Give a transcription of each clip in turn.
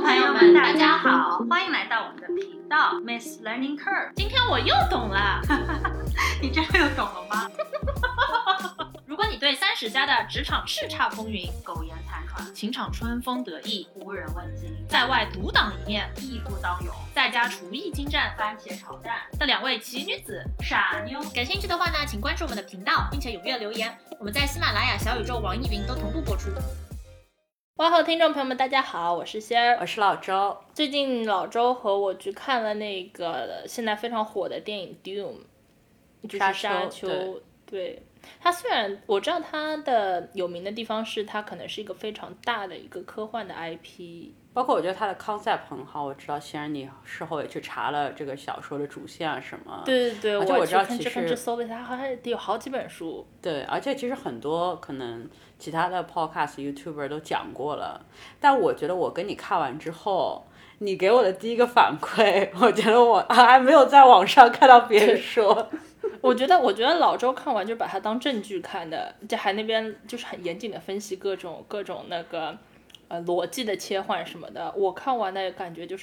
朋友们，大家好，欢迎来到我们的频道 Miss Learning Curve。今天我又懂了，你真的又懂了吗？如果你对30加的职场叱咤风云、苟延残喘、情场春风得意、无人问津，在外独当一面、义不当勇，在家厨艺精湛、番茄炒蛋的2位奇女子傻妞， 感兴趣的话呢，请关注我们的频道，并且踊跃留言。我们在喜马拉雅、小宇宙、网易云都同步播出。 哇吼，听众朋友们，大家好，我是仙儿， 我是老周。 最近老周和我去看了那个现在非常火的电影 Doom， 就是沙丘。对，它虽然我知道它的有名的地方是它可能是一个非常大的一个科幻的 IP， 包括我觉得它的 concept 很好。我知道仙儿你事后也去查了这个小说的主线啊什么。 对对对， 而且我知道其实搜了一下，好像得有好几本书。 对，而且其实很多可能其他的 podcast YouTuber 都讲过了，但我觉得我跟你看完之后，你给我的第一个反馈，我觉得我还没有在网上看到别人说。 我觉得老周看完就把它当证据看的，这还那边就是很严谨的分析各种那个逻辑的切换什么的。我看完的感觉就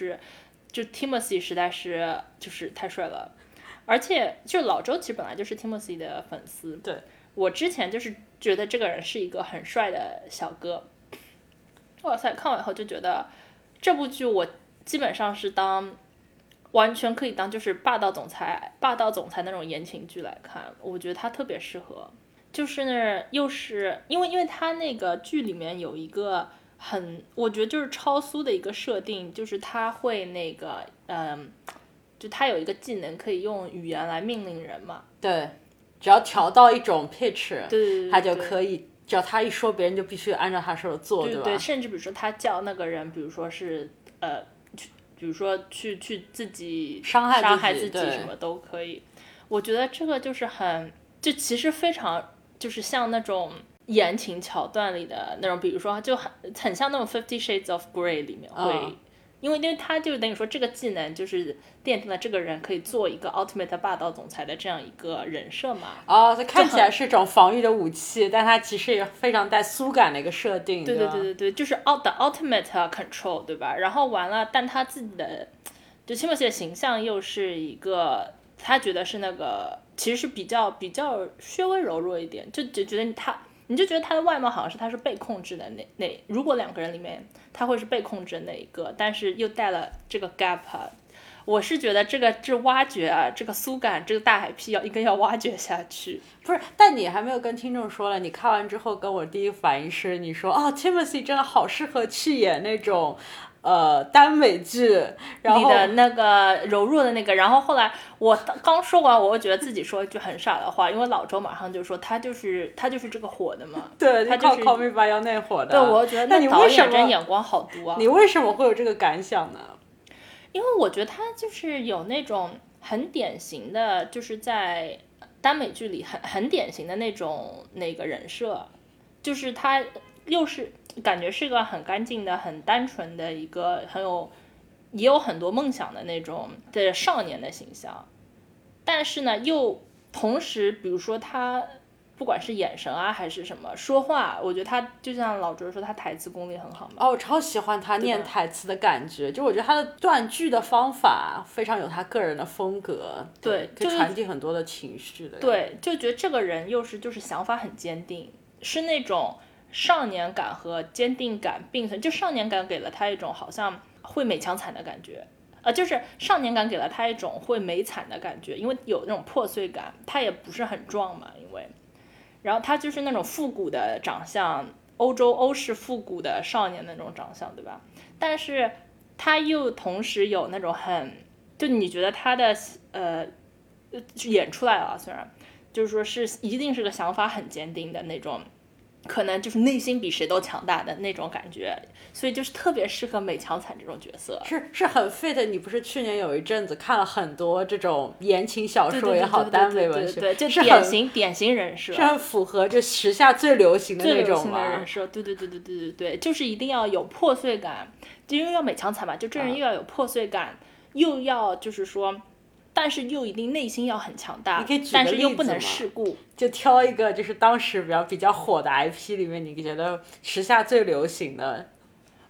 Timothy 实在是就是太帅了，而且就老周其实本来就是 Timothy 的粉丝。 对，我之前就是觉得这个人是一个很帅的小哥，哇塞，看完以后就觉得这部剧我基本上是完全可以当就是霸道总裁那种言情剧来看，我觉得他特别适合。就是又是因为他那个剧里面有一个我觉得就是超苏的一个设定，就是他会那个就他有一个技能可以用语言来命令人嘛。 对，只要调到一种 pitch， 对， 他就可以，只要他一说，别人就必须按照他说的做， 对吧？ 对，甚至比如说他叫那个人，比如说是比如说去自己伤害自己什么都可以。我觉得这个就是就其实非常就是像那种言情桥段里的那种，比如说就很像那种 50 Shades of Grey 里面会，因为他就等于说这个技能就是奠定了这个人可以做一个 ultimate 霸道总裁的这样一个人设嘛。 它看起来是一种防御的武器，但它其实也非常带苏感的一个设定。 对，就是 the ultimate control， 对吧？然后完了，但他自己的就 Timothy 的形象又是一个，他觉得是那个其实是比较稍微柔弱一点，就觉得你就觉得他的外貌好像是他是被控制的如果2个人里面他会是被控制的那一个，但是又带了这个 gap。我是觉得这挖掘啊，这个苏感，这个大 IP 要挖掘下去。 不是，但你还没有跟听众说了，你看完之后跟我第一反应是，你说Timothy 真的好适合去演那种耽美剧里的那个柔弱的那个。然后后来我刚说完，我觉得自己说一句很傻的话，因为老周马上就说他就是这个火的嘛。 对， 他就是 Call Me By Your Name 火的。 对，我觉得那导演真眼光好毒啊。 你为什么会有这个感想呢？ 因为我觉得他就是有那种很典型的，就是在耽美剧里很典型的那种那个人设，就是他又是感觉是个很干净的、很单纯的一个也有很多梦想的那种的少年的形象，但是呢，又同时，比如说他不管是眼神啊还是什么说话，我觉得他就像老周说，他台词功力很好嘛。 我超喜欢他念台词的感觉，就我觉得他的断句的方法非常有他个人的风格， 对， 可以传递很多的情绪的。 对，就觉得这个人就是想法很坚定，是那种少年感和坚定感并存，就少年感给了他一种好像会美强惨的感觉。就是少年感给了他一种会美惨的感觉，因为有那种破碎感，他也不是很壮嘛，然后他就是那种复古的长相，欧式复古的少年那种长相，对吧？但是他又同时有那种就你觉得他的演出来了，虽然就是说是一定是个想法很坚定的那种，可能就是内心比谁都强大的那种感觉，所以就是特别适合美强惨这种角色， 是很 fit。你不是去年有一阵子看了很多这种言情小说也好，耽美文学， 对，就典型人设， 是很符合就时下最流行的那种嘛。人设，对，就是一定要有破碎感，就因为要美强惨嘛，就这人又要有破碎感，又要就是说。但是又一定内心要很强大， 你可以举个例子吗？ 但是又不能世故。 就挑一个就是当时比较火的 IP 里面，你觉得时下最流行的。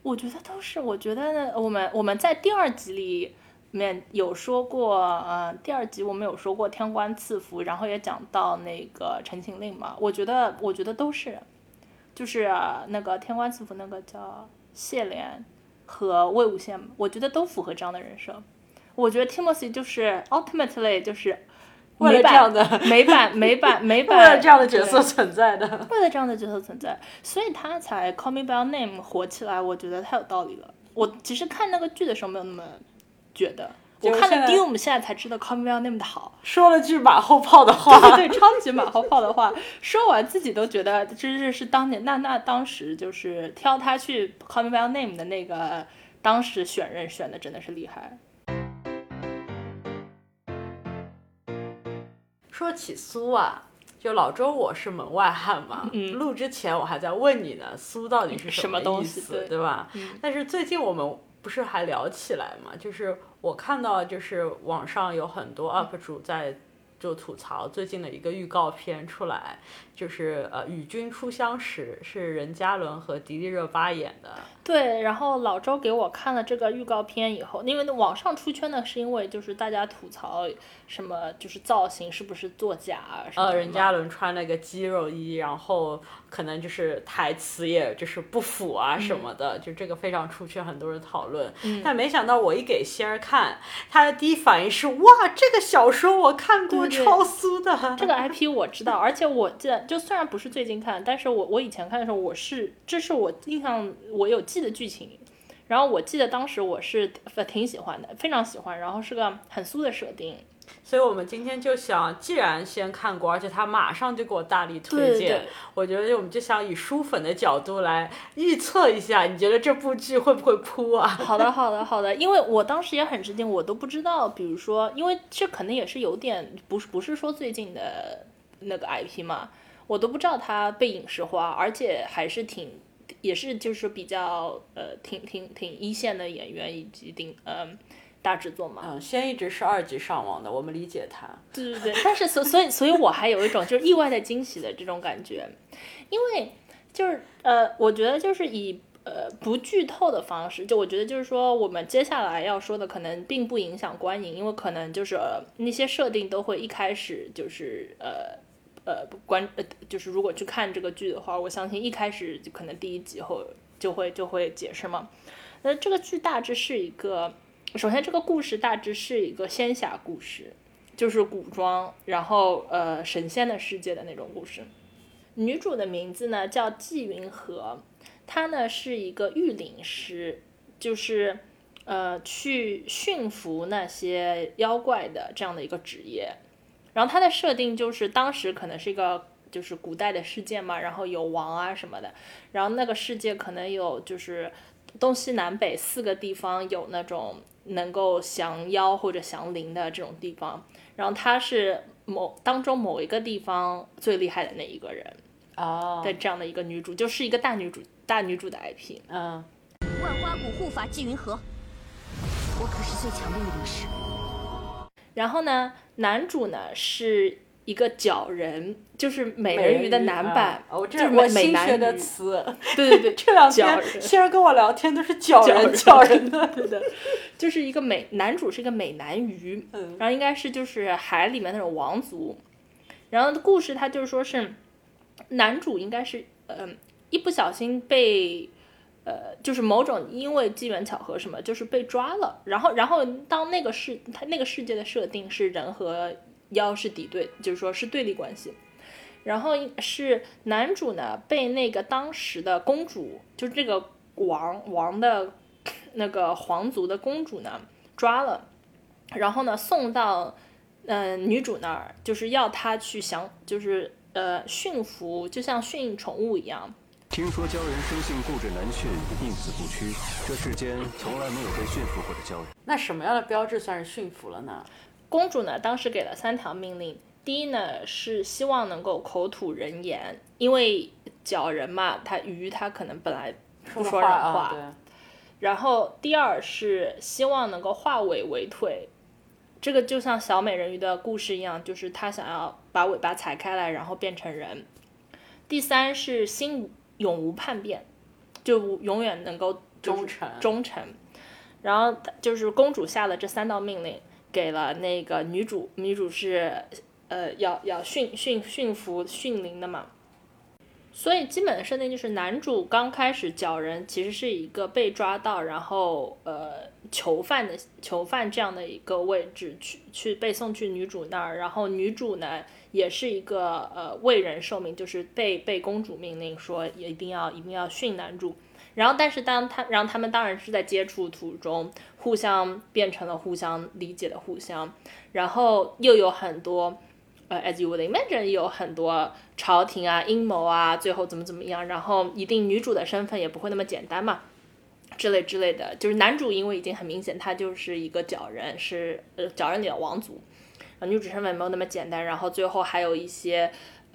我觉得都是，我觉得我们在第二集里面有说过，第二集我们有说过天官赐福，然后也讲到那个陈情令嘛，我觉得都是，就是那个天官赐福那个叫谢怜和魏无羡，我觉得都符合这样的人设。我觉得 Timothy 就是 ultimately 就是为了这样的美版为了这样的角色存在的， 为了这样的角色存在，所以他才 Call Me by Your Name 火起来，我觉得太有道理了。我其实看那个剧的时候没有那么觉得，我看了 Doom 现在才知道 Call Me by Your Name 的好， 说了句马后炮的话， 对，超级马后炮的话，说完自己都觉得这是当年那当时就是挑他去 Call Me by Your Name 的那个当时选人选的真的是厉害。 说起苏啊，就老周我是门外汉嘛，录之前我还在问你呢，苏到底是什么东西， 对吧？但是最近我们不是还聊起来嘛，就是我看到就是网上有很多 UP 主在就吐槽最近的一个预告片出来，就是与君初相识，是任嘉伦和迪丽热巴演的。 对，然后老周给我看了这个预告片以后，因为网上出圈的是因为就是大家吐槽什么就是造型是不是作假什么任嘉伦穿那个肌肉衣，然后可能就是台词也就是不符啊什么的，就这个非常出圈，很多人讨论。但没想到我一给仙儿看，他的第一反应是哇，这个小说我看过，超苏的。 这个 IP 我知道，而且我记得，就虽然不是最近看，但是我以前看的时候，这是我印象我有记的剧情，然后我记得当时我是挺喜欢的，非常喜欢，然后是个很苏的设定。 所以我们今天就想，既然先看过，而且他马上就给我大力推荐， 对， 我觉得我们就想以书粉的角度来预测一下，你觉得这部剧会不会扑啊？ 好的，因为我当时也很吃惊，我都不知道，比如说，因为这可能也是有点不是说最近的那个 IP 嘛，我都不知道它被影视化，而且还是也是就是比较挺一线的演员以及大制作嘛。 先一直是2级上网的，我们理解他。 对，但是所以我还有一种就是意外的惊喜的这种感觉，因为就是我觉得就是以不剧透的方式，就我觉得就是说我们接下来要说的可能并不影响观影，因为可能就是那些设定都会一开始就是就是如果去看这个剧的话，我相信一开始就可能第一集后就会解释嘛。这个剧大致是一个。首先，这个故事大致是一个仙侠故事，就是古装，然后神仙的世界的那种故事。女主的名字呢叫纪云和，她呢是一个御灵师，就是去驯服那些妖怪的这样的一个职业。然后她的设定就是当时可能是一个就是古代的世界嘛，然后有王啊什么的，然后那个世界可能有就是东西南北4个地方有那种能够降妖或者降灵的这种地方，然后她是当中某一个地方最厉害的那一个人的这样的一个女主，就是一个大女主的 IP。 万花谷护法纪云和，我可是最强的御灵师。 然后呢，男主呢是一个角人，就是美人鱼的男版， 这是我新学的词。 对， 这两天虽然跟我聊天都是角人的， 对的，就是一个男主是一个美男鱼，然后应该是就是海里面那种王族。然后故事他就是说是男主应该是一不小心被就是某种因为机缘巧合什么就是被抓了，然后当他那个世界的设定是人和妖是敌对，就是说是对立关系。然后是男主呢被那个当时的公主，就是这个王的那个皇族的公主呢抓了，然后呢送到女主那儿，就是要她去就是驯服，就像驯宠物一样。 听说鲛人生性固执难驯，宁死不屈，这世间从来没有被驯服过的鲛人。 那什么样的标志算是驯服了呢？ 公主呢当时给了3条命令，第一呢是希望能够口吐人言，因为鲛人嘛，他可能本来不说人话， 对。 然后第二是希望能够化尾为腿，这个就像小美人鱼的故事一样，就是他想要把尾巴踩开来，然后变成人。第三是心永无叛变，就永远能够忠臣。然后就是公主下了这3道命令，给了那个女主是要驯服驯灵的嘛。所以基本的设定就是男主刚开始绞人其实是一个被抓到然后囚犯这样的一个位置，去被送去女主那儿，然后女主呢也是一个为人受命，就是被公主命令说一定要驯男主。然后但是他们当然是在接触途中互相变成了互相理解的互相，然后又有很多as you would imagine 有很多朝廷啊阴谋啊，最后怎么样，然后一定女主的身份也不会那么简单嘛，之类的。就是男主因为已经很明显他就是一个绞人，是绞人里的王族，女主身份没有那么简单，然后最后还有一些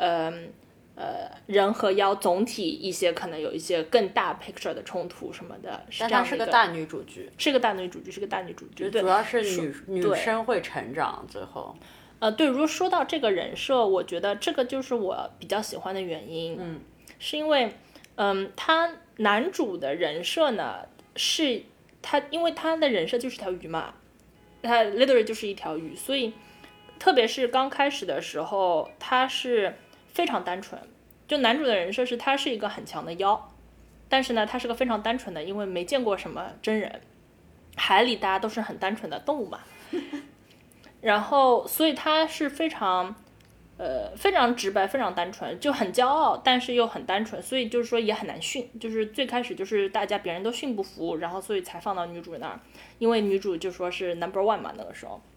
人和妖总体一些可能有一些更大 picture 的冲突什么的，是这样的但它是个大女主剧， 是个大女主剧，对， 主要是女生会成长最后。 对，如果说到这个人设，我觉得这个就是我比较喜欢的原因，是因为，他男主的人设呢，是他，因为他的人设就是条鱼嘛，他 literally 就是一条鱼，所以，特别是刚开始的时候，他是非常单纯，就男主的人设是他是一个很强的妖，但是呢，他是个非常单纯的，因为没见过什么真人，海里大家都是很单纯的动物嘛。然后所以他是非常直白，非常单纯，就很骄傲，但是又很单纯，所以就是说也很难驯，就是最开始就是别人都驯不服，然后所以才放到女主那儿，因为女主就说是 No.1 嘛，那个时候，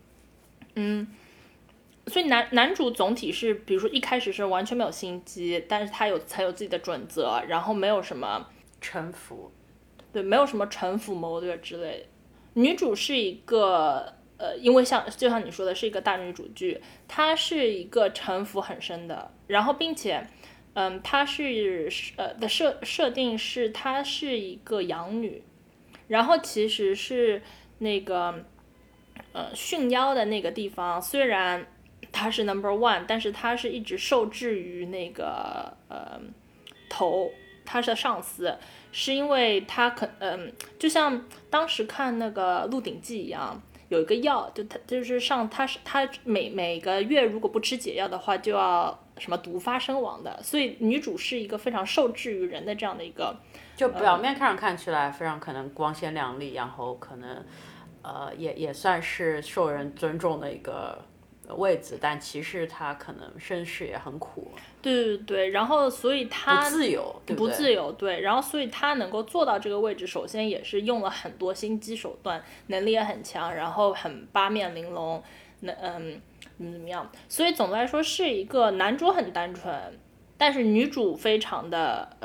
所以男主总体是，比如说一开始是完全没有心机，但是他才有自己的准则，然后没有什么城府， 对，没有什么城府谋略之类的。女主是一个因为就像你说的是一个大女主剧，她是一个城府很深的，然后并且她是的设定是她是一个养女，然后其实是那个驯妖的那个地方，虽然她是 No.1， 但是她是一直受制于那个头，她是上司，是因为她就像当时看那个《鹿鼎记》一样。有一个药，就是他每个月如果不吃解药的话，就要什么毒发身亡的。所以女主是一个非常受制于人的这样的一个， 就表面看起来非常可能光鲜亮丽，然后可能也算是受人尊重的一个位置，但其实他可能身世也很苦。 对，然后所以他不自由，对不对？ 不自由，对，然后所以他能够做到这个位置，首先也是用了很多心机手段，能力也很强，然后很八面玲珑，怎么样？所以总的来说是一个男主很单纯，但是女主非常的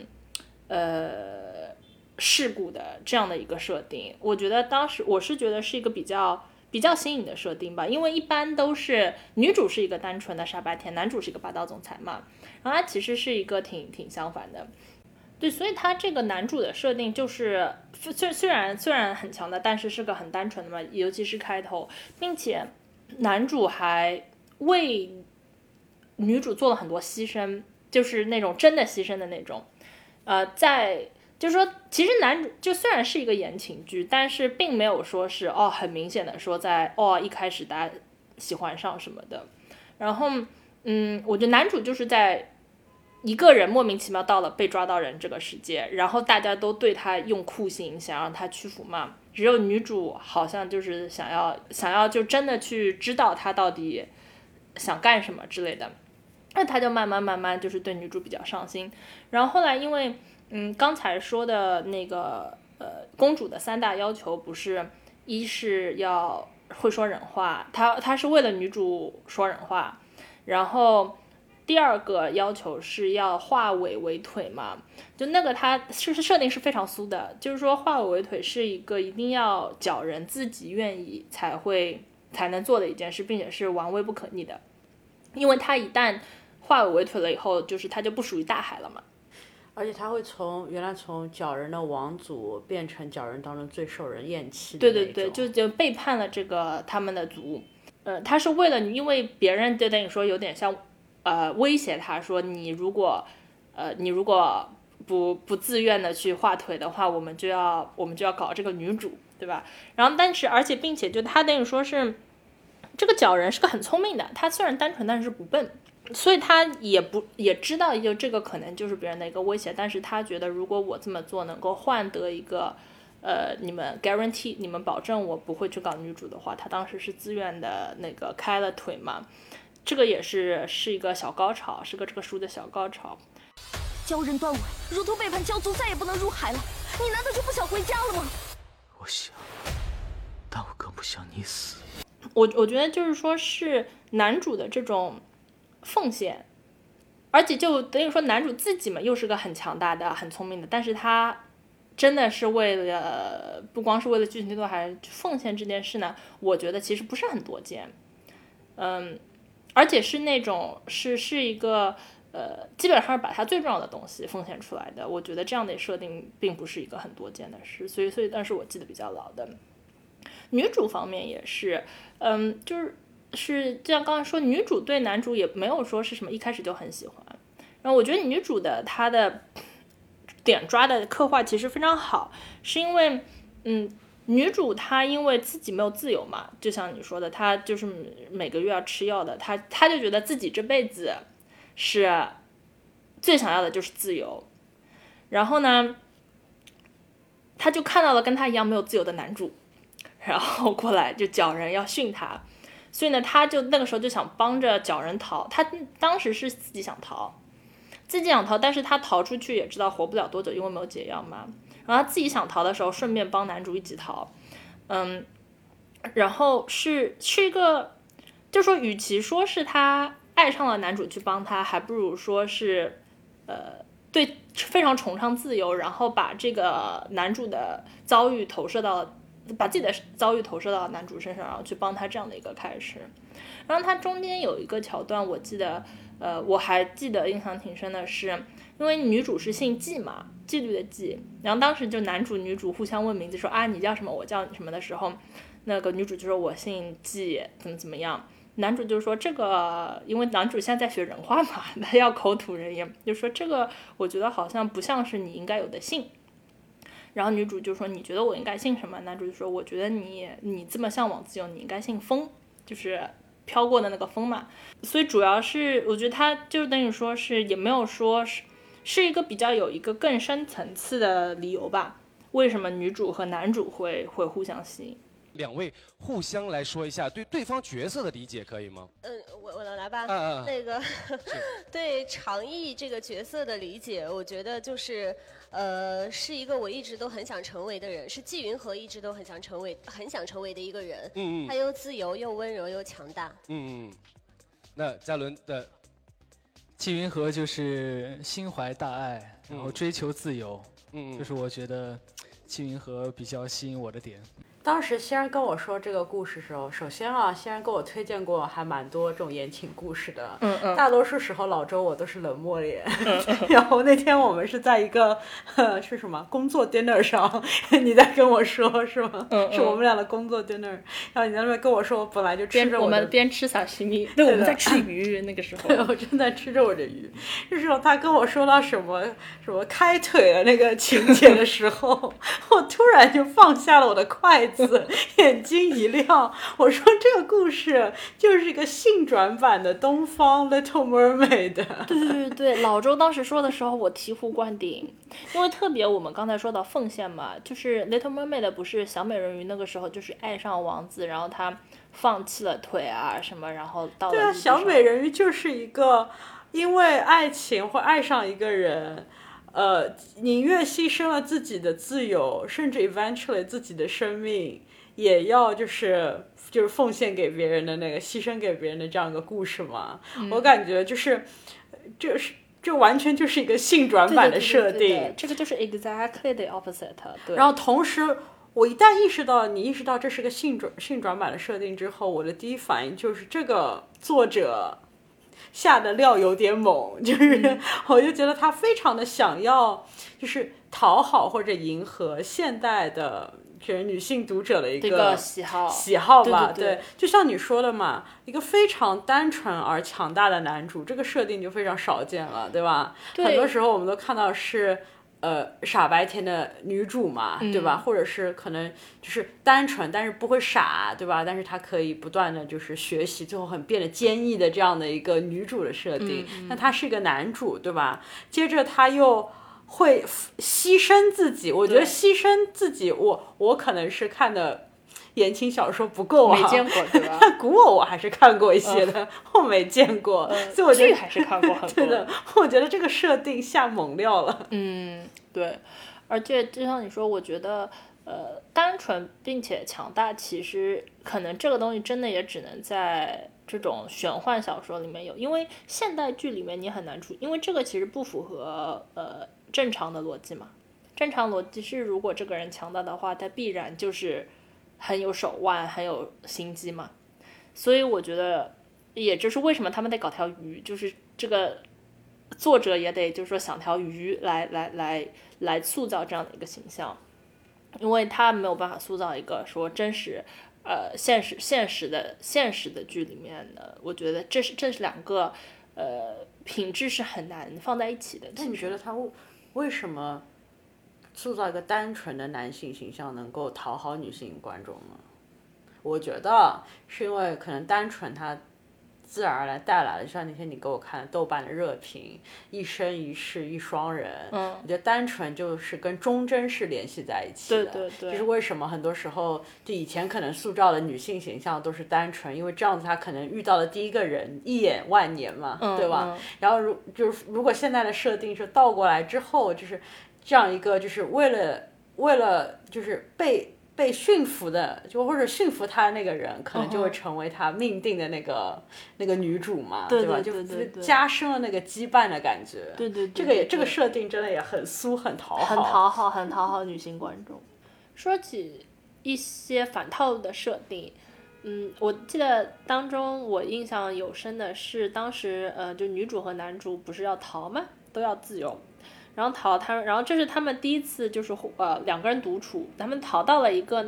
世故的这样的一个设定。我觉得当时我是觉得是一个比较新颖的设定吧，因为一般都是女主是一个单纯的傻白甜，男主是一个霸道总裁嘛，然后他其实是一个挺相反的，对，所以他这个男主的设定就是虽然很强的，但是是个很单纯的嘛，尤其是开头，并且男主还为女主做了很多牺牲，就是那种真的牺牲的那种，就是说，其实男主就虽然是一个言情剧，但是并没有说是很明显的说在一开始大家喜欢上什么的。然后我觉得男主就是在一个人莫名其妙到了被抓到人这个世界，然后大家都对他用酷刑想让他屈服嘛，只有女主好像就是想要就真的去知道他到底想干什么之类的，那他就慢慢就是对女主比较上心。然后后来因为刚才说的那个公主的3大要求不是，一是要会说人话，她是为了女主说人话，然后第二个要求是要化尾为腿嘛，就那个它设定是非常酥的，就是说化尾为腿是一个一定要绞人自己愿意才能做的一件事，并且是玩味不可逆的，因为他一旦化尾为腿了以后，就是他就不属于大海了嘛。 而且他会原来从绞人的王族变成绞人当中最受人厌弃的那种。 对，就背叛了这个他们的族。他是为了因为别人就等于说有点像威胁他说你如果不自愿的去画腿的话，我们就要搞这个女主，对吧？然后而且并且就他等于说是这个角人是个很聪明的，他虽然单纯但是不笨，所以他也知道这个可能就是别人的一个威胁，但是他觉得如果我这么做能够换得一个你们 guarantee 你们保证我不会去搞女主的话，他当时是自愿的那个开了腿嘛。这个也是一个小高潮，是这个书的小高潮。 鲛人端尾如同背叛鲛族，再也不能入海了。你难道就不想回家了吗？ 我想，但我更不想你死。 我觉得就是说是男主的这种奉献，而且就等于说男主自己嘛又是个很强大的很聪明的，但是他真的是为了不光是为了剧情推动还是奉献这件事呢，我觉得其实不是很多见。而且是那种是一个基本上是把他最重要的东西奉献出来的，我觉得这样的设定并不是一个很多见的事，所以但是我记得比较牢的。女主方面也是，就是就像刚才说，女主对男主也没有说是什么一开始就很喜欢，然后我觉得女主的她的点抓的刻画其实非常好，是因为女主她因为自己没有自由嘛，就像你说的，她就是每个月要吃药的，她就觉得自己这辈子是最想要的就是自由，然后呢，她就看到了跟她一样没有自由的男主，然后过来就鲛人要训她，所以呢，她就那个时候就想帮着鲛人逃，她当时是自己想逃，但是她逃出去也知道活不了多久，因为没有解药嘛。然后他自己想逃的时候，顺便帮男主一起逃，然后是一个，就说与其说是他爱上了男主去帮他，还不如说是，对非常崇尚自由，然后把这个男主的遭遇把自己的遭遇投射到男主身上，然后去帮他这样的一个开始。然后他中间有一个桥段，我记得，我还记得印象挺深的是，因为女主是姓纪嘛，纪律的纪，然后当时就男主女主互相问名字说啊你叫什么我叫你什么的时候，那个女主就说我姓纪怎么样，男主就说这个因为男主现在在学人话嘛，他要口吐人言，就说这个我觉得好像不像是你应该有的姓，然后女主就说你觉得我应该姓什么，男主就说我觉得你这么向往自由你应该姓风，就是飘过的那个风嘛。所以主要是我觉得他就等于说是也没有说是一个比较有一个更深层次的理由吧，为什么女主和男主会互相吸引。 两位互相来说一下对对方角色的理解，可以吗？ 我来吧。那个对长义这个角色的理解，我觉得就是是一个我一直都很想成为的人，是纪云和一直都很想成为的一个人。他又自由又温柔又强大。 那嘉伦的纪云和就是心怀大爱，然后追求自由。就是我觉得纪云和比较吸引我的点。 当时西安跟我说这个故事的时候，首先西安给我推荐过还蛮多这种言情故事的，大多数时候老周我都是冷漠脸，然后那天我们是在一个是什么工作 dinner 上，你在跟我说是吗？是我们俩的工作 dinner， 然后你在那边跟我说我本来就吃着我们边吃沙西米，对，我们在吃鱼那个时候， 对，我正在吃着我的鱼，这时候他跟我说到什么开腿的那个情节的时候，我突然就放下了我的筷子。眼睛一亮，我说这个故事就是一个性转版的东方 Little Mermaid。 对，老周当时说的时候我醍醐灌顶，因为特别我们刚才说到奉献嘛，就是 Little Mermaid 不是小美人鱼那个时候就是爱上王子，然后她放弃了腿啊什么，然后到了对啊， 小美人鱼就是一个因为爱情或爱上一个人宁愿牺牲了自己的自由，甚至 eventually 自己的生命，也要就是奉献给别人的那个牺牲给别人的这样一个故事嘛。我感觉这完全就是一个性转版的设定， 对，这个就是 exactly the opposite。 对， 然后同时我一旦你意识到这是个性转版的设定之后，我的第一反应就是这个作者下的料有点猛，就是我就觉得他非常的想要就是讨好或者迎合现代的女性读者的一个喜好吧。对，就像你说的嘛，一个非常单纯而强大的男主，这个设定就非常少见了，对吧？对，很多时候我们都看到是傻白甜的女主嘛，对吧？或者是可能就是单纯但是不会傻，对吧？但是她可以不断的就是学习，最后很变得坚毅的这样的一个女主的设定。那他是一个男主，对吧？接着他又会牺牲自己，我觉得牺牲自己，我可能是看的言情小说不够啊， 没见过对吧？ 古偶我还是看过一些的，我没见过，所以我觉得剧还是看过很多。 对的，我觉得这个设定下猛料了。 对，而且就像你说，我觉得单纯并且强大，其实可能这个东西真的也只能在这种玄幻小说里面有，因为现代剧里面你很难出，因为这个其实不符合正常的逻辑嘛。正常逻辑是，如果这个人强大的话，他必然就是很有手腕，很有心机嘛。所以我觉得，也就是为什么他们得搞条鱼，就是这个作者也得就是说想条鱼来塑造这样的一个形象，因为他没有办法塑造一个说真实现实的剧里面的，我觉得这是两个品质是很难放在一起的。 那你觉得他为什么塑造一个单纯的男性形象能够讨好女性观众呢？我觉得是因为可能单纯他自然而然带来了，就像那天你给我看的豆瓣的热评，一生一世一双人，我觉得单纯就是跟忠贞是联系在一起的。 对， 就是为什么很多时候就以前可能塑造的女性形象都是单纯，因为这样子他可能遇到的第一个人一眼万年嘛，对吧？然后如果现在的设定是倒过来之后，就是这样一个就是为了就是被驯服的，就或者驯服他的那个人，可能就会成为他命定的那个女主嘛，对吧？就加深了那个羁绊的感觉。 对， 这个设定真的也很酥，很讨好， 很讨好女性观众。说起一些反套路的设定，我记得当中我印象有深的是，当时就女主和男主不是要逃吗？都要自由。然后这是他们第一次就是两个人独处，他们逃到了一个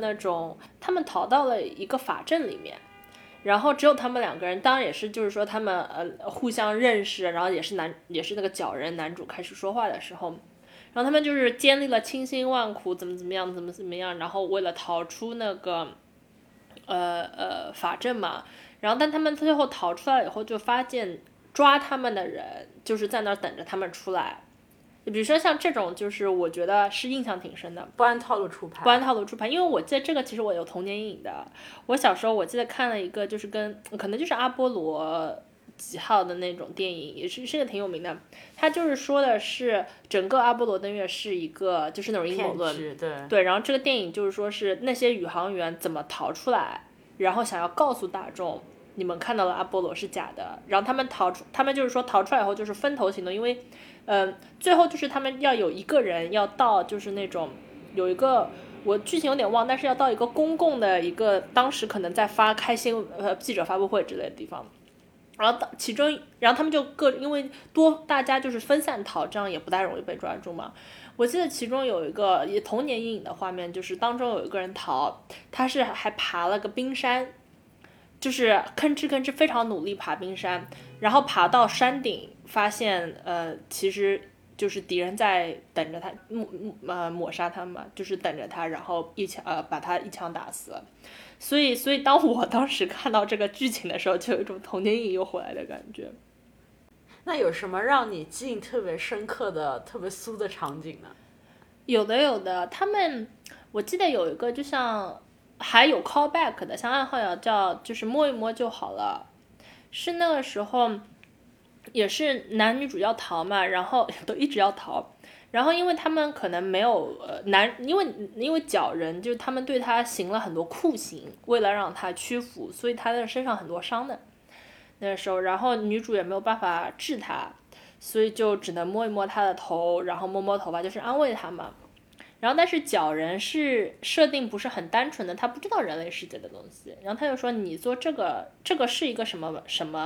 法阵里面，然后只有他们两个人，当然也是就是说他们互相认识，然后也是那个角人男主开始说话的时候，然后他们就是经历了千辛万苦怎么样，然后为了逃出那个法阵嘛，然后但他们最后逃出来以后，就发现抓他们的人就是在那儿等着他们出来。比如说像这种，就是我觉得是印象挺深的， 不按套路出牌。 因为我记得这个其实我有童年阴影的。我小时候我记得看了一个，就是可能就是阿波罗几号的那种电影，也是个挺有名的。他就是说的是整个阿波罗登月是一个就是那种阴谋论，对。然后这个电影就是说是那些宇航员怎么逃出来，然后想要告诉大众，你们看到了阿波罗是假的。然后他们就是说逃出来以后就是分头行动，因为最后就是他们要有一个人要到就是那种有一个我剧情有点忘，但是要到一个公共的一个当时可能在开记者发布会之类的地方，然后他们就因为大家就是分散逃，这样也不太容易被抓住嘛。我记得其中有一个也童年阴影的画面，就是当中有一个人逃，他是还爬了个冰山，就是吭哧非常努力爬冰山，然后爬到山顶发现其实就是敌人在等着他抹杀他嘛，就是等着他，然后把他一枪打死了。所以当我当时看到这个剧情的时候，就有一种童年阴影又回来的感觉。 那有什么让你记忆特别深刻的特别酥的场景呢？ 有的，他们我记得有一个就像还有 callback 的，像暗号要叫就是摸一摸就好了，是那个时候也是男女主要逃嘛，然后都一直要逃，然后因为他们可能没有因为角人就是他们对他行了很多酷刑，为了让他屈服，所以他的身上很多伤的那个时候，然后女主也没有办法治他，所以就只能摸一摸他的头，然后摸摸头发，就是安慰他嘛。然后但是角人是设定不是很单纯的，他不知道人类世界的东西，然后他就说你做这个是一个什么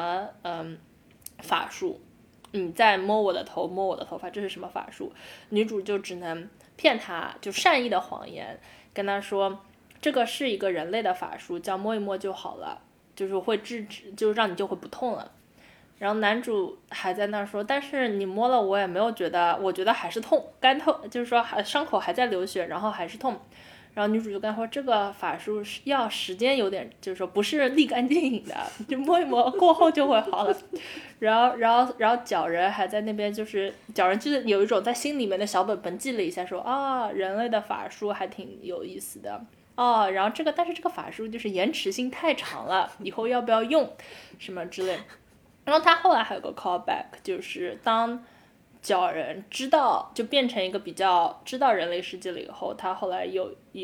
法术，你在摸我的头摸我的头发，这是什么法术？女主就只能骗他，就善意的谎言跟他说这个是一个人类的法术，叫摸一摸就好了，就是会就是让你就会不痛了。 然后男主还在那说，但是你摸了我也没有觉得，我觉得还是痛，干痛，就是说伤口还在流血，然后还是痛。然后女主就跟他说，这个法术是要时间有点，就是说不是立竿见影的，就摸一摸过后就会好了。然后角人还在那边，就是角人就是有一种在心里面的小本本记了一下说，人类的法术还挺有意思的。然后但是这个法术就是延迟性太长了，以后要不要用什么之类。然后他后来还有个 callback， 就是当角人知道就变成一个比较知道人类世界了以后，他们后来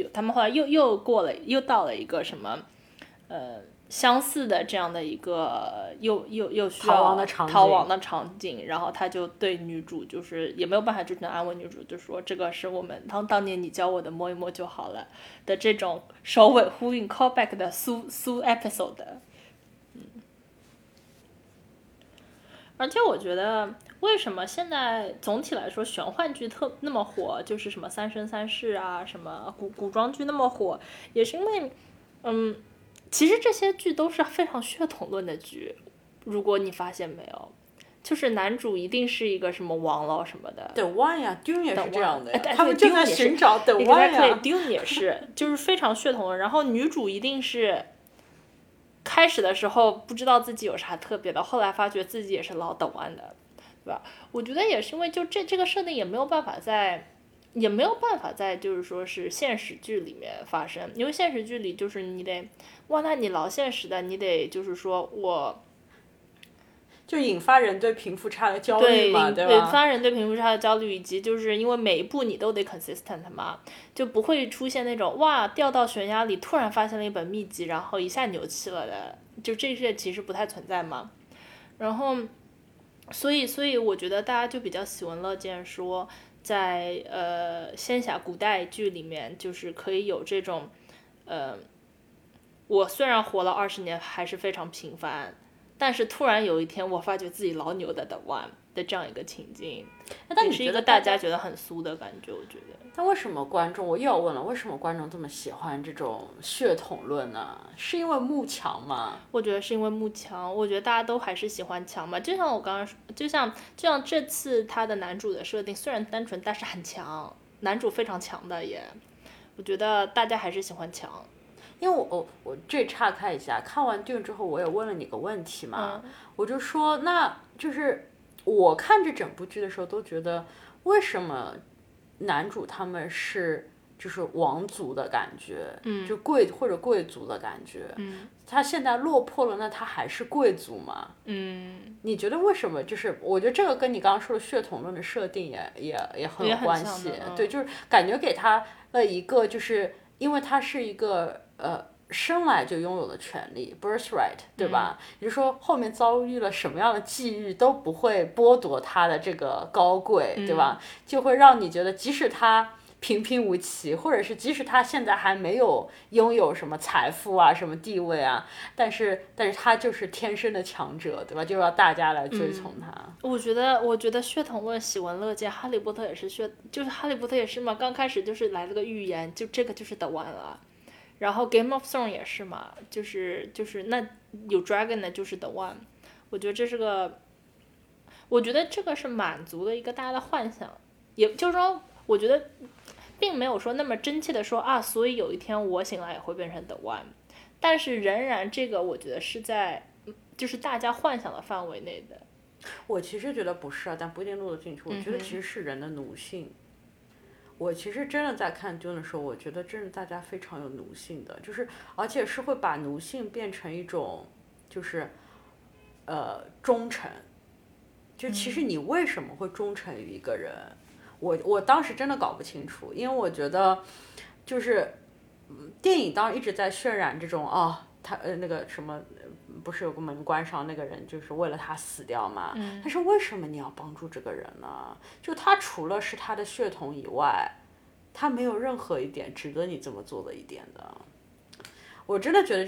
又到了一个什么相似的这样的一个又需要逃亡的场景，然后他就对女主就是也没有办法真正安慰女主，就说这个是我们当年你教我的，摸一摸就好了的这种首尾呼应 callback 的苏 episode。而且我觉得为什么现在总体来说玄幻剧那么火，就是什么三生三世啊，什么古装剧那么火，也是因为其实这些剧都是非常血统论的剧，如果你发现没有，就是男主一定是一个什么王老什么的。 The One 呀 Dune 也是这样的呀，他们就在寻找 The One 呀。 Dune 也是就是非常血统论，然后女主一定是开始的时候不知道自己有啥特别的，后来发觉自己也是老The One的，对吧？我觉得也是因为就这个设定也没有办法在就是说是现实剧里面发生，因为现实剧里就是你得那你老现实的，你得就是说就引发人对贫富差的焦虑嘛，对吧？ 引发人对贫富差的焦虑，以及就是因为每一步你都得 consistent 嘛，就不会出现那种掉到悬崖里突然发现了一本秘籍，然后一下扭气了的，就这些其实不太存在嘛。然后所以我觉得大家就比较喜闻乐见说在仙侠古代剧里面就是可以有这种我虽然活了20年还是非常平凡，但是突然有一天我发觉自己老牛的 The One 的这样一个情境， 但也是一个大家觉得很酥的感觉，我觉得。 但为什么观众，我又要问了，为什么观众这么喜欢这种血统论呢？是因为慕强吗？ 我觉得是因为慕强，我觉得大家都还是喜欢强嘛。就像我刚刚说，就像这次他的男主的设定虽然单纯，但是很强，男主非常强的也，我觉得大家还是喜欢强。 因为我这岔开一下，看完Dune之后，我也问了你个问题嘛，我就说，那就是我看这整部剧的时候都觉得，为什么男主他们是就是王族的感觉，就贵族的感觉，他现在落魄了，那他还是贵族吗？你觉得为什么？就是我觉得这个跟你刚刚说的血统论的设定也很有关系，对，就是感觉给他了一个就是因为他是一个生来就拥有的权利 birthright， 对吧？也就是说后面遭遇了什么样的际遇都不会剥夺他的这个高贵，对吧？就会让你觉得即使他平平无奇，或者是即使他现在还没有拥有什么财富啊什么地位啊，但是他就是天生的强者，对吧？就要大家来追从他。 我觉得血统论喜闻乐见，哈利波特也是就是哈利波特也是嘛，刚开始就是来了个预言，就这个就是 The One 了。然后 Game of Thrones 也是嘛，就是那有 Dragon 的就是 The One， 我觉得这个是满足了一个大家的幻想，也就是说，我觉得并没有说那么真切的说所以有一天我醒来也会变成 The One， 但是仍然这个我觉得是在就是大家幻想的范围内的。 我其实觉得不是但不一定录得进去。我觉得其实是人的奴性。我其实真的在看 Dune 的时候，我觉得真的大家非常有奴性的，就是而且是会把奴性变成一种就是忠诚。就其实你为什么会忠诚于一个人，我当时真的搞不清楚，因为我觉得就是电影当然一直在渲染这种他那个什么不是有个门关上那个人就是为了他死掉嘛，但是为什么你要帮助这个人呢？就他除了是他的血统以外，他没有任何一点值得你这么做的一点的。我真的觉得就是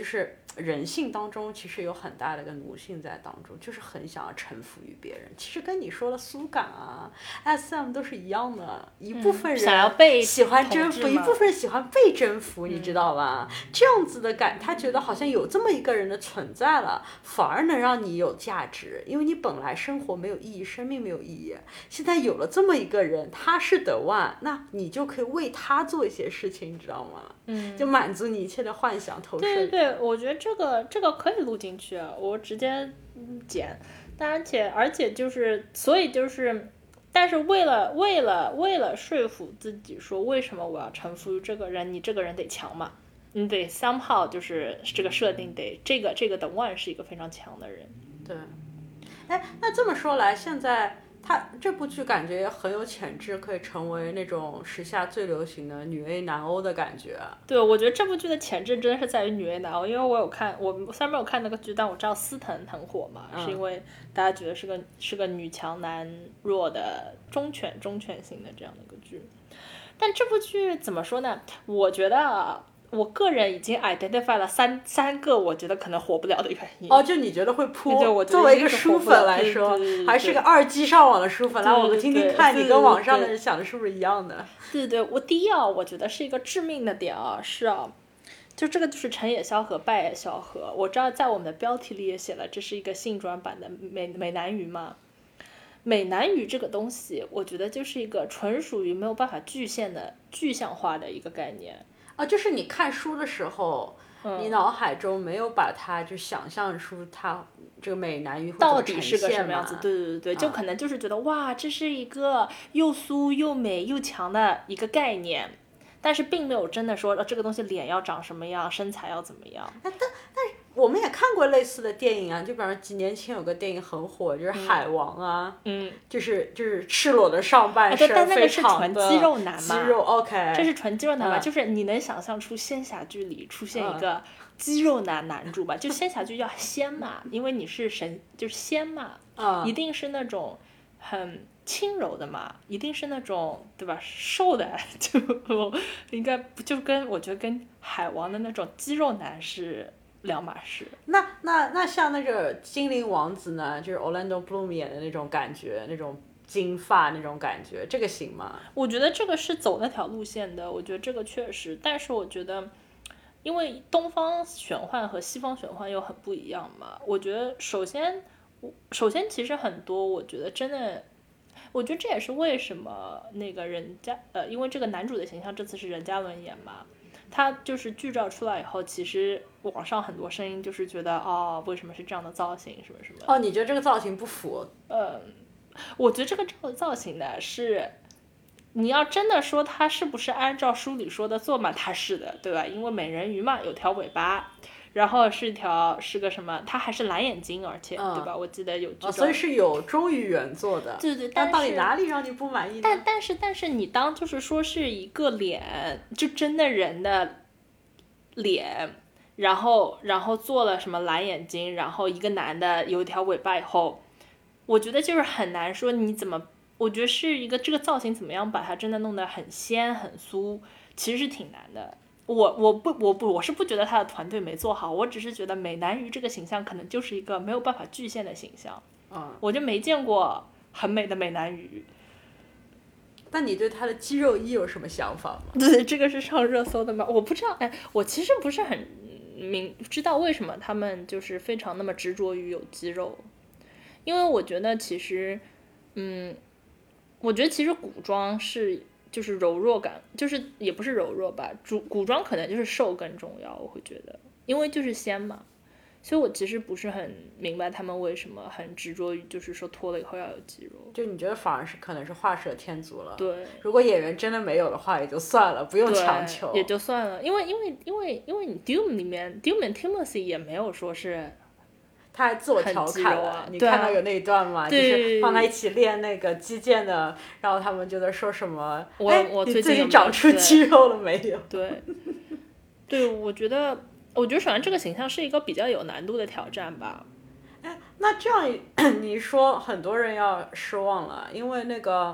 人性当中其实有很大的一个奴性在当中，就是很想要臣服于别人。其实跟你说的苏感啊 SM 都是一样的，一部分人想要被喜欢征服，一部分人喜欢被征服，你知道吧？这样子的感，他觉得好像有这么一个人的存在了，反而能让你有价值，因为你本来生活没有意义，生命没有意义，现在有了这么一个人，他是the one，那你就可以为他做一些事情，你知道吗？就满足你一切的幻想投射。 对对对，我觉得这个可以录进去，我直接剪。而且就是，所以就是，但是为了说服自己说为什么我要臣服于这个人，你这个人得强嘛，你得 somehow 就是这个设定得这个的 one 是一个非常强的人。 对，哎，那这么说来，现在他这部剧感觉很有潜质，可以成为那种时下最流行的女 A 男欧的感觉。 对，我觉得这部剧的潜质真的是在于女 A 男欧，因为我有看，我虽然没有看那个剧，但我知道司藤很火嘛，是因为大家觉得是个女强男弱的忠犬型的这样的一个剧。但这部剧怎么说呢？我觉得我个人已经 identify 了三个我觉得可能火不了的原因。 就你觉得会扑？作为一个书粉来说，还是个2G 上网的书粉，来我们听听看，你跟网上的人想的是不是一样的？ 对对，我第一我觉得是一个致命的点是就这个就是成也萧何，败也萧何。我知道在我们的标题里也写了，这是一个性转版的美男鱼嘛。美男鱼这个东西，我觉得就是一个纯属于没有办法具象化的一个概念。 就是你看书的时候，你脑海中没有把它就想象出它这个美男鱼到底是个什么样子。对对对对，就可能就是觉得哇，这是一个又酥又美又强的一个概念，但是并没有真的说这个东西脸要长什么样，身材要怎么样。 但是我们也看过类似的电影啊，就比方说几年前有个电影很火，就是海王啊，就是赤裸的上半身， 但那个是纯肌肉男嘛， 肌肉 OK， 这是纯肌肉男嘛，就是你能想象出仙侠剧里出现一个肌肉男主吧？就仙侠剧叫仙嘛，因为你是神，就是仙嘛，一定是那种很轻柔的嘛，一定是那种对吧瘦的，就应该就我觉得跟海王的那种肌肉男是两码事。 那像那个精灵王子呢，就是 Orlando Bloom 演的那种感觉，那种金发那种感觉，这个行吗？ 我觉得这个是走那条路线的，我觉得这个确实，但是我觉得因为东方玄幻和西方玄幻又很不一样嘛，我觉得首先其实很多我觉得真的，我觉得这也是为什么那个因为这个男主的形象这次是任嘉伦演嘛，他就是剧照出来以后，其实网上很多声音就是觉得为什么是这样的造型什么什么。 你觉得这个造型不符？ 我觉得这个造型呢是，你要真的说它是不是按照书里说的做嘛，它是的，对吧？因为美人鱼嘛有条尾巴，然后是个什么，它还是蓝眼睛，而且对吧？我记得有所以是有忠于原作的。 对对， 但到底哪里让你不满意呢？ 但是你当就是说是一个脸，就真的人的脸，然后做了什么蓝眼睛，然后一个男的有一条尾巴以后，我觉得就是很难说你怎么，我觉得是一个这个造型怎么样把它真的弄得很仙很酥，其实是挺难的。我是不觉得他的团队没做好，我只是觉得美男鱼这个形象可能就是一个没有办法具现的形象。我就没见过很美的美男鱼。 那你对他的肌肉衣有什么想法吗？ 对，这个是上热搜的吗？我不知道，我其实不是很知道为什么他们就是非常那么执着于有肌肉，因为我觉得其实，我觉得其实古装就是柔弱感，就是也不是柔弱吧，古装可能就是瘦更重要，我会觉得，因为就是仙嘛，所以我其实不是很明白他们为什么很执着于就是说脱了以后要有肌肉。 就你觉得反而是可能是画蛇添足了。 对， 如果演员真的没有的话也就算了，不用强求， 也就算了，因为你 Doom 里面 Doom Timothy 也没有说是。 他还自我调侃了，你看到有那一段吗？就是放他一起练那个击剑的，然后他们就在说什么？ 我最近长出肌肉了没有？ 对，我觉得首先这个形象是一个比较有难度的挑战吧。 那这样你说很多人要失望了，因为那个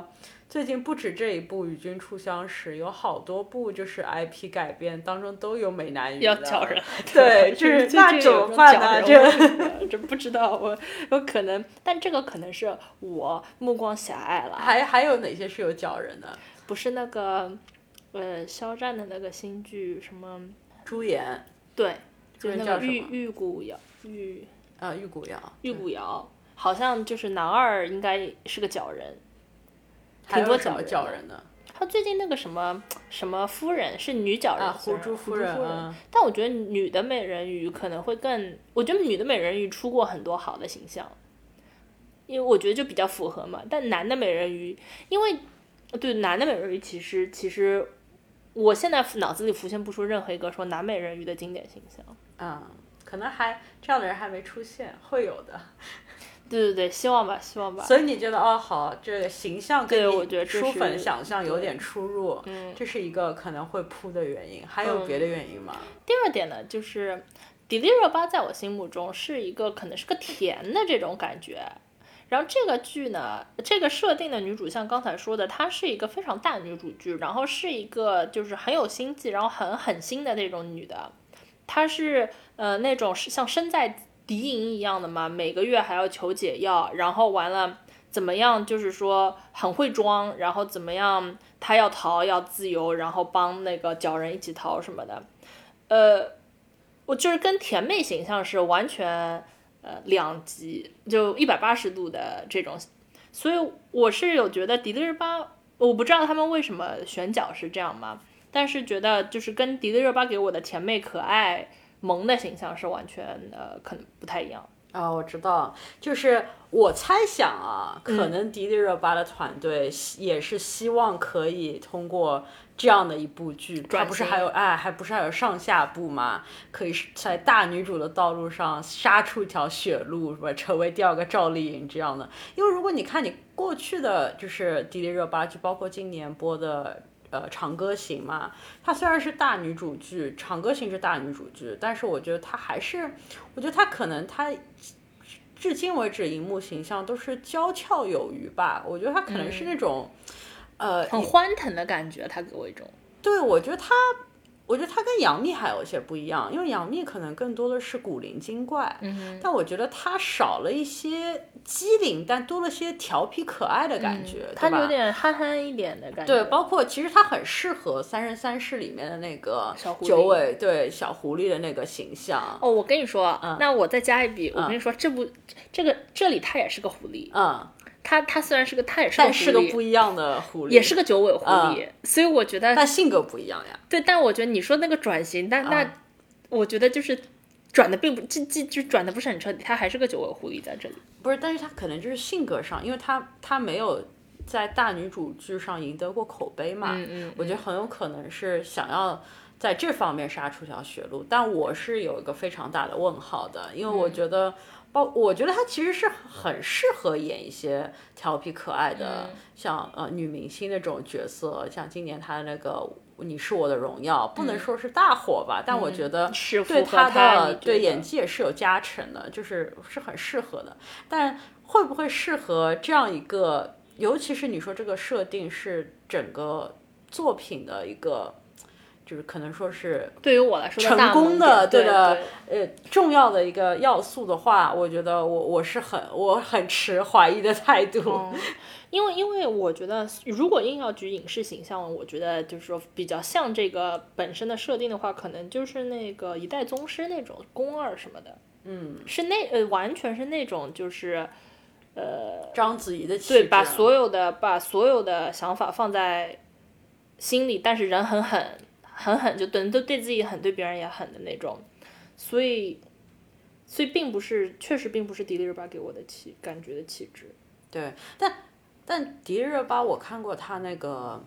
最近不止这一部《与君初相识》，有好多部就是 IP 改编当中都有美男鱼要叫人， 对，就是那怎么办呢？ 这不知道，我有可能，但这个可能是我目光狭隘了。 还有哪些是有角人的？ 不是那个肖战的那个新剧什么？ 朱颜。 对，就是那个玉骨遥。玉骨遥好像就是男二，应该是个角人。挺多角人的。 他最近那个什么夫人是女角人， 胡珠夫人。 但我觉得女的美人鱼可能会更，我觉得女的美人鱼出过很多好的形象，因为我觉得就比较符合嘛。但男的美人鱼，因为对男的美人鱼，其实我现在脑子里浮现不出任何一个说男美人鱼的经典形象。 可能这样的人还没出现，会有的。 对，希望吧。 所以你觉得好，这个形象跟我觉得你书粉想象有点出入，这是一个可能会扑的原因。还有别的原因吗？ 第二点呢，就是迪丽热巴在我心目中是一个可能是个甜的这种感觉。然后这个剧呢，这个设定的女主像刚才说的，她是一个非常大女主剧，然后是一个就是很有心计，然后很狠心的那种女的。她是那种像身在敌营一样的嘛，每个月还要求解药，然后完了怎么样，就是说很会装，然后怎么样他要逃要自由，然后帮那个角人一起逃什么的。我就是跟甜妹形象是完全两极，就180度的这种，所以我是有觉得迪丽热巴，我不知道他们为什么选角是这样嘛，但是觉得就是跟迪丽热巴给我的甜妹可爱萌的形象是完全可能不太一样。 我知道，就是我猜想啊，可能迪丽热巴的团队也是希望可以通过这样的一部剧，它不是还有上下部嘛，可以在大女主的道路上杀出一条血路，是吧？成为第二个赵丽颖这样的。因为如果你看你过去的就是迪丽热巴，就包括今年播的长歌行嘛，它虽然是大女主剧，长歌行是大女主剧，但是我觉得它可能它至今为止荧幕形象都是娇俏有余吧。我觉得它可能是那种很欢腾的感觉，它给我一种。 对，我觉得它跟杨幂还有一些不一样，因为杨幂可能更多的是古灵精怪，但我觉得它少了一些机灵，但多了些调皮可爱的感觉， 它有点憨憨一点的感觉。 对，包括其实它很适合《三生三世》里面的那个九尾，对，小狐狸的那个形象。 我跟你说，那我再加一笔，我跟你说，这里它也是个狐狸，他虽然是个，他也是个狐狸， 但是个不一样的狐狸， 也是个九尾狐狸，所以我觉得， 但性格不一样呀。 对，但我觉得你说那个转型，那我觉得就是转的并不，就转的不是很彻底，他还是个九尾狐狸在这里。 不是，但是他可能就是性格上，因为他没有在大女主剧上赢得过口碑嘛，我觉得很有可能是想要在这方面杀出条血路，但我是有一个非常大的问号的，因为我觉得。我觉得她其实是很适合演一些调皮可爱的，像女明星那种角色，像今年她的那个《你是我的荣耀》，不能说是大火吧，但我觉得对她的对演技也是有加成的，是很适合的。但会不会适合这样一个，尤其是你说这个设定是整个作品的一个。就是可能说是对于我来说成功的对重要的一个要素的话，我觉得我很持怀疑的态度， 因为我觉得如果硬要举影视形象，我觉得就是说比较像这个本身的设定的话，可能就是那个一代宗师那种宫二什么的，是完全是那种就是章子怡的气质， 对，把所有的想法放在心里，但是人很狠，就都对自己狠，对别人也狠的那种，所以确实并不是迪丽热巴给我的感觉的气质。 对，但迪丽热巴我看过她那个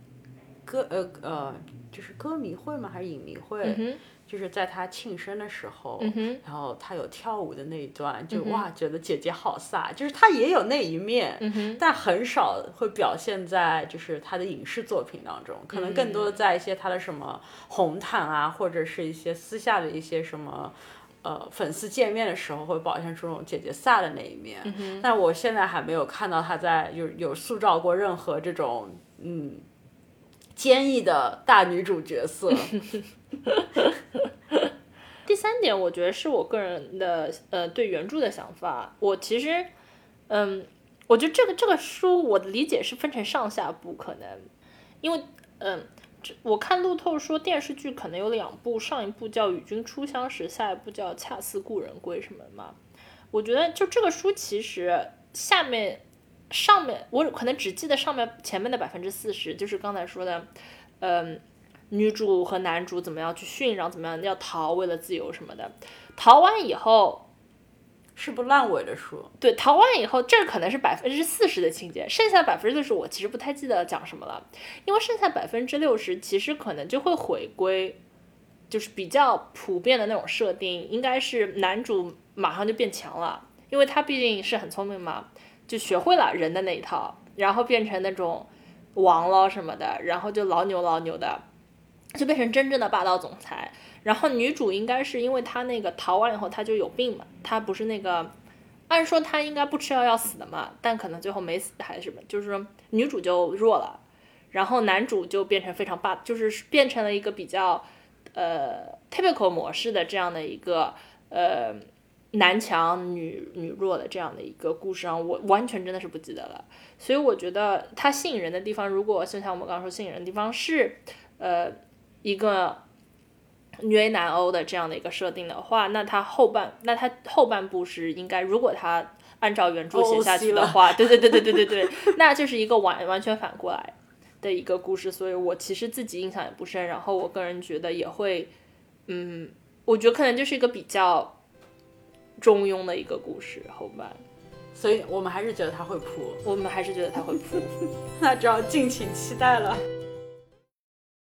就是歌迷会吗？还是影迷会？就是在她庆生的时候，然后她有跳舞的那一段，就哇，觉得姐姐好飒，就是她也有那一面，但很少会表现在就是她的影视作品当中，可能更多的在一些她的什么红毯啊，或者是一些私下的一些什么粉丝见面的时候会表现出这种姐姐飒的那一面，但我现在还没有看到她在有塑造过任何这种坚毅的大女主角色。 第三点，我觉得是我个人的对原著的想法。我其实我觉得这个书我的理解是分成上下部，可能因为我看路透说电视剧可能有2部，上一部叫《与君初相识》，下一部叫《恰似故人归》什么嘛。我觉得就这个书其实上面我可能只记得前面的40%，就是刚才说的女主和男主怎么样去训，然后怎么样要逃，为了自由什么的。逃完以后是部烂尾的书。 对，逃完以后这可能是40%的情节，剩下60%我其实不太记得讲什么了，因为剩下60%其实可能就会回归就是比较普遍的那种设定，应该是男主马上就变强了，因为他毕竟是很聪明嘛，就学会了人的那一套，然后变成那种王了什么的，然后就老牛的，就变成真正的霸道总裁。然后女主应该是因为她那个逃完以后她就有病嘛，她不是那个按说她应该不吃药要死的嘛，但可能最后没死还是什么，就是说女主就弱了，然后男主就变成非常就是变成了一个比较typical 模式的这样的一个男强女弱的这样的一个故事上，我完全真的是不记得了。所以我觉得它吸引人的地方，如果就像我们刚刚说吸引人的地方是一个女 A 男欧的这样的一个设定的话，那它后半部是应该，如果它按照原著写下去的话，对，那就是一个完全反过来的一个故事。所以我其实自己印象也不深，然后我个人觉得也会我觉得可能就是一个比较中庸的一个故事后半， 所以我们还是觉得它会扑， 那只要敬请期待了。